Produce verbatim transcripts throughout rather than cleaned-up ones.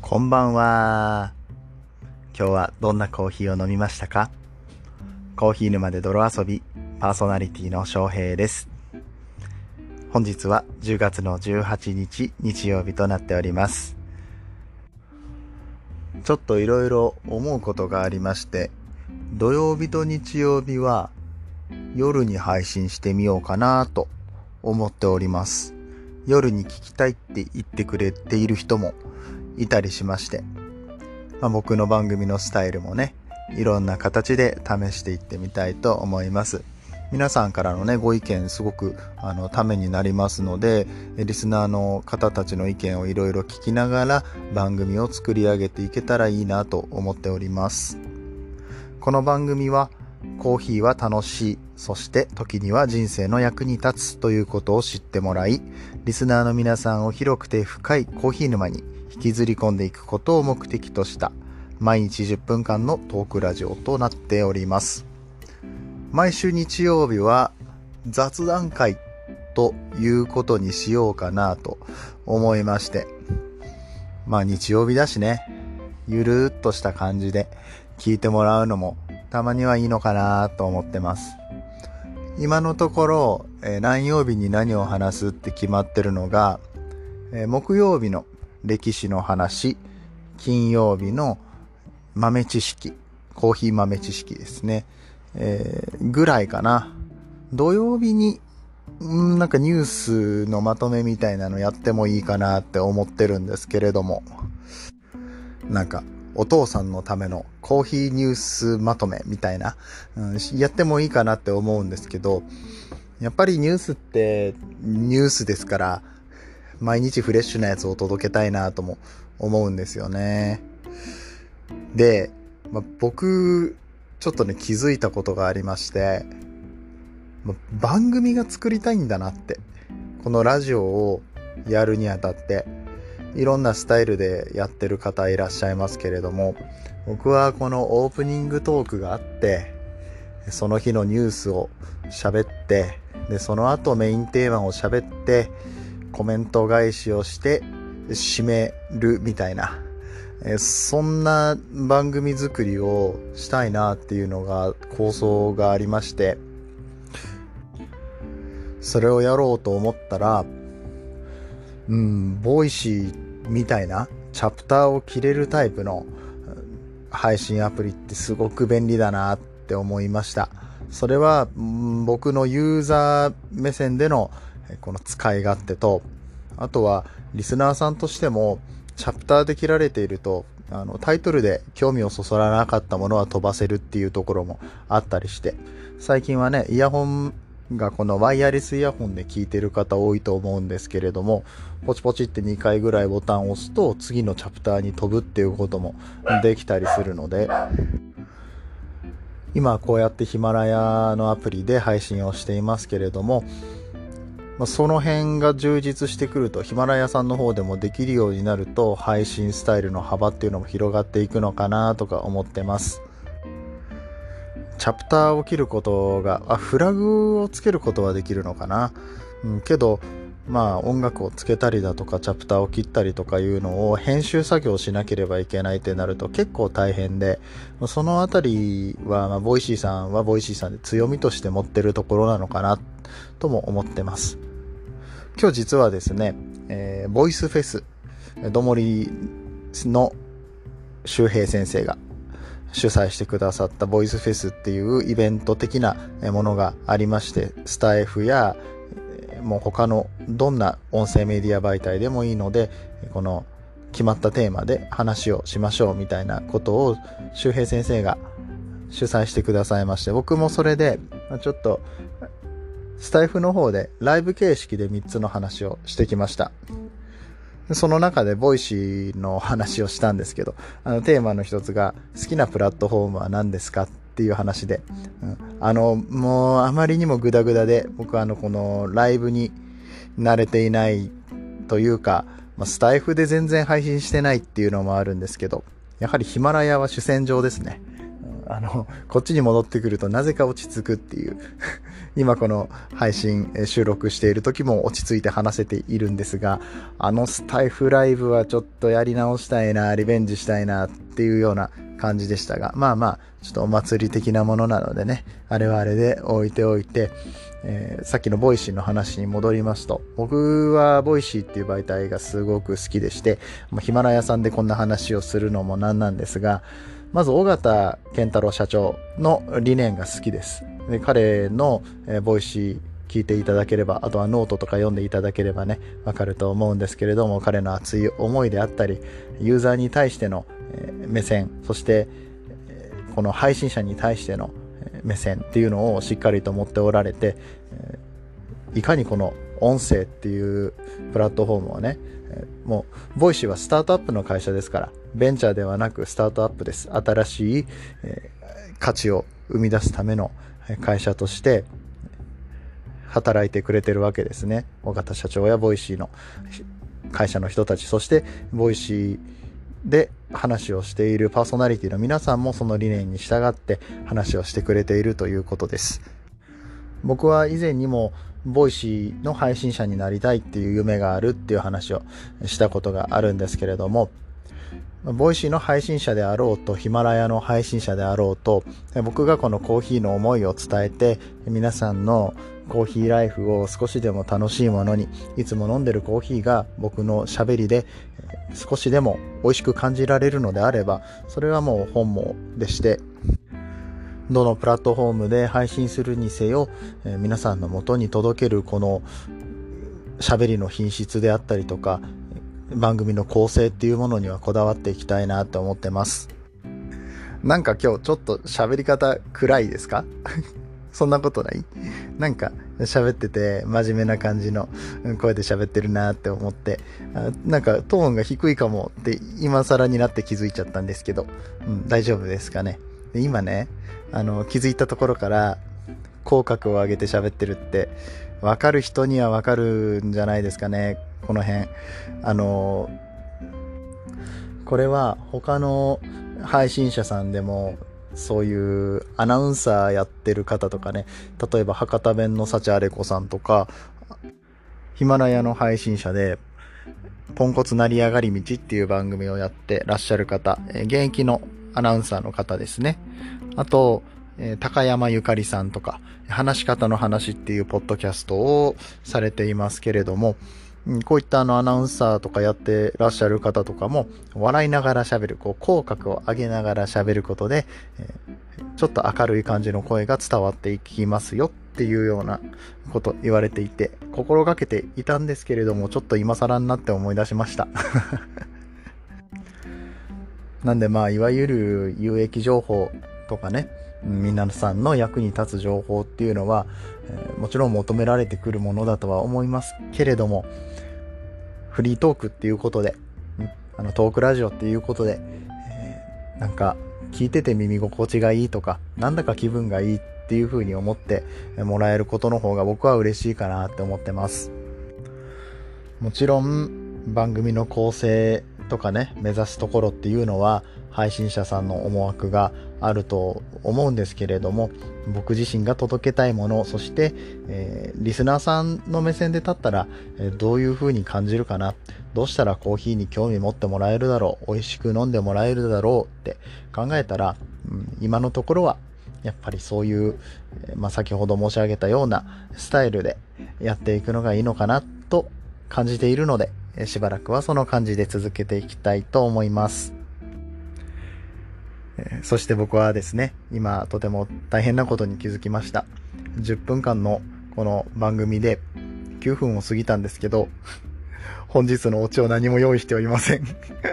こんばんは。今日はどんなコーヒーを飲みましたか？コーヒー沼で泥遊び、パーソナリティの翔平です。本日はじゅうがつのじゅうはちにち日曜日となっております。ちょっといろいろ思うことがありまして、土曜日と日曜日は夜に配信してみようかなと思っております。夜に聞きたいって言ってくれている人もいたりしまして、まあ、僕の番組のスタイルもね、いろんな形で試していってみたいと思います。皆さんからのね、ご意見すごくあのためになりますので、リスナーの方たちの意見をいろいろ聞きながら番組を作り上げていけたらいいなと思っております。この番組はコーヒーは楽しい、そして時には人生の役に立つということを知ってもらい、リスナーの皆さんを広くて深いコーヒー沼に引きずり込んでいくことを目的とした毎日じゅっぷんかんのトークラジオとなっております。毎週日曜日は雑談会ということにしようかなと思いまして、まあ日曜日だしね、ゆるーっとした感じで聞いてもらうのもたまにはいいのかなと思ってます。今のところ、えー、何曜日に何を話すって決まってるのが、えー、木曜日の歴史の話、金曜日の豆知識、コーヒー豆知識ですね、えー、ぐらいかな。土曜日にんなんかニュースのまとめみたいなのやってもいいかなって思ってるんですけれども、なんかお父さんのためのコーヒーニュースまとめみたいな、うん、やってもいいかなって思うんですけど、やっぱりニュースってニュースですから、毎日フレッシュなやつを届けたいなとも思うんですよね。で、まあ、僕ちょっとね気づいたことがありまして、まあ、番組が作りたいんだなって。このラジオをやるにあたっていろんなスタイルでやってる方いらっしゃいますけれども、僕はこのオープニングトークがあって、その日のニュースを喋って、でその後メインテーマを喋ってコメント返しをして締めるみたいな、そんな番組作りをしたいなっていうのが構想がありまして、それをやろうと思ったら、うん、ボイシーみたいなチャプターを切れるタイプの配信アプリってすごく便利だなって思いました。それは、うん、僕のユーザー目線でのこの使い勝手と、あとはリスナーさんとしてもチャプターで切られていると、あのタイトルで興味をそそらなかったものは飛ばせるっていうところもあったりして、最近はねイヤホンがこのワイヤレスイヤホンで聞いてる方多いと思うんですけれども、ポチポチってにかいぐらいボタンを押すと次のチャプターに飛ぶっていうこともできたりするので、今こうやってヒマラヤのアプリで配信をしていますけれども、まあ、その辺が充実してくると、ヒマラヤさんの方でもできるようになると配信スタイルの幅っていうのも広がっていくのかなとか思ってます。チャプターを切ることが、あ、フラグをつけることはできるのかな、うん、けどまあ音楽をつけたりだとかチャプターを切ったりとかいうのを編集作業しなければいけないってなると結構大変で、そのあたりは、まあ、ボイシーさんはボイシーさんで強みとして持ってるところなのかなとも思ってます。今日実はですね、えー、ボイスフェスどもりの周平先生が主催してくださったボイスフェスっていうイベント的なものがありまして、スタイフやもう他のどんな音声メディア媒体でもいいので、この決まったテーマで話をしましょうみたいなことを周平先生が主催してくださいまして、僕もそれでちょっとスタイフの方でライブ形式でみっつの話をしてきました。その中でボイシーの話をしたんですけど、あのテーマの一つが好きなプラットフォームは何ですかっていう話で、うん、あのもうあまりにもグダグダで、僕はあのこのライブに慣れていないというか、まあ、スタイフで全然配信してないっていうのもあるんですけど、やはりヒマラヤは主戦場ですね。 あのこっちに戻ってくるとなぜか落ち着くっていう今この配信収録している時も落ち着いて話せているんですが、あのスタイフライブはちょっとやり直したいな、リベンジしたいなっていうような感じでしたが、まあまあちょっとお祭り的なものなのでね、あれはあれで置いておいて、えー、さっきのボイシーの話に戻りますと、僕はボイシーっていう媒体がすごく好きでして、ヒマラヤさんでこんな話をするのもなんなんですが、まず尾形健太郎社長の理念が好きです。で、彼の、えー、ボイシー聞いていただければ、あとはノートとか読んでいただければね、わかると思うんですけれども、彼の熱い思いであったり、ユーザーに対しての、えー、目線、そして、えー、この配信者に対しての目線っていうのをしっかりと持っておられて、えー、いかにこの音声っていうプラットフォームをね、えー、もうボイシーはスタートアップの会社ですから、ベンチャーではなくスタートアップです。新しい、えー、価値を生み出すための会社として働いてくれてるわけですね。尾形社長やボイシーの会社の人たち、そしてボイシーで話をしているパーソナリティの皆さんもその理念に従って話をしてくれているということです。僕は以前にもボイシーの配信者になりたいっていう夢があるっていう話をしたことがあるんですけれども、ボイシーの配信者であろうとヒマラヤの配信者であろうと、僕がこのコーヒーの思いを伝えて、皆さんのコーヒーライフを少しでも楽しいものに、いつも飲んでるコーヒーが僕の喋りで少しでも美味しく感じられるのであれば、それはもう本望でして、どのプラットフォームで配信するにせよ、皆さんの元に届けるこの喋りの品質であったりとか、番組の構成っていうものにはこだわっていきたいなと思ってます。なんか今日ちょっと喋り方暗いですか？そんなことない？なんか喋ってて真面目な感じの声で喋ってるなって思って、なんかトーンが低いかもって今更になって気づいちゃったんですけど、うん、大丈夫ですかね。で今ね、あの気づいたところから口角を上げて喋ってるって分かる人には分かるんじゃないですかね。この辺あのこれは他の配信者さんでもそういうアナウンサーやってる方とかね、例えば博多弁の幸あれ子さんとか、ヒマラヤの配信者でポンコツ成り上がり道っていう番組をやってらっしゃる方、現役のアナウンサーの方ですね。あと高山ゆかりさんとか、話し方の話っていうポッドキャストをされていますけれども、こういったあのアナウンサーとかやってらっしゃる方とかも笑いながら喋る、こう口角を上げながら喋ることで、えー、ちょっと明るい感じの声が伝わっていきますよっていうようなこと言われていて、心がけていたんですけれども、ちょっと今更になって思い出しましたなんでまあいわゆる有益情報とかね、皆さんの役に立つ情報っていうのは、えー、もちろん求められてくるものだとは思いますけれども、フリートークっていうことで、あのトークラジオっていうことで、えー、なんか聞いてて耳心地がいいとか、なんだか気分がいいっていう風に思ってもらえることの方が僕は嬉しいかなって思ってます。もちろん番組の構成とかね、目指すところっていうのは配信者さんの思惑があると思うんですけれども、僕自身が届けたいもの、そして、えー、リスナーさんの目線で立ったら、えー、どういう風に感じるかな、どうしたらコーヒーに興味持ってもらえるだろう、美味しく飲んでもらえるだろうって考えたら、うん、今のところはやっぱりそういう、まあ、先ほど申し上げたようなスタイルでやっていくのがいいのかなと感じているので、しばらくはその感じで続けていきたいと思います。そして僕はですね、今とても大変なことに気づきました。じゅっぷんかんのこの番組できゅうふんを過ぎたんですけど、本日のオチを何も用意しておりません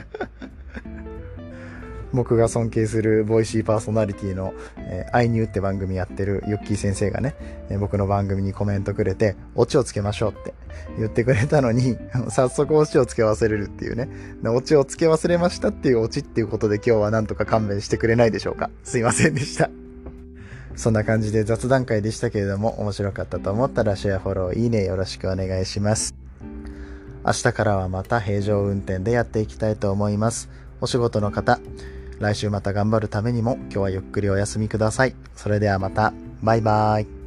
僕が尊敬するボイシーパーソナリティの、えー、アイニューって番組やってるユッキー先生がね、えー、僕の番組にコメントくれて、オチをつけましょうって言ってくれたのに、早速オチをつけ忘れるっていうね。オチをつけ忘れましたっていうオチっていうことで、今日はなんとか勘弁してくれないでしょうか。すいませんでした。そんな感じで雑談会でしたけれども、面白かったと思ったらシェア、フォロー、いいねよろしくお願いします。明日からはまた平常運転でやっていきたいと思います。お仕事の方、 来週また頑張るためにも今日はゆっくりお休みください。それではまた。バイバイ。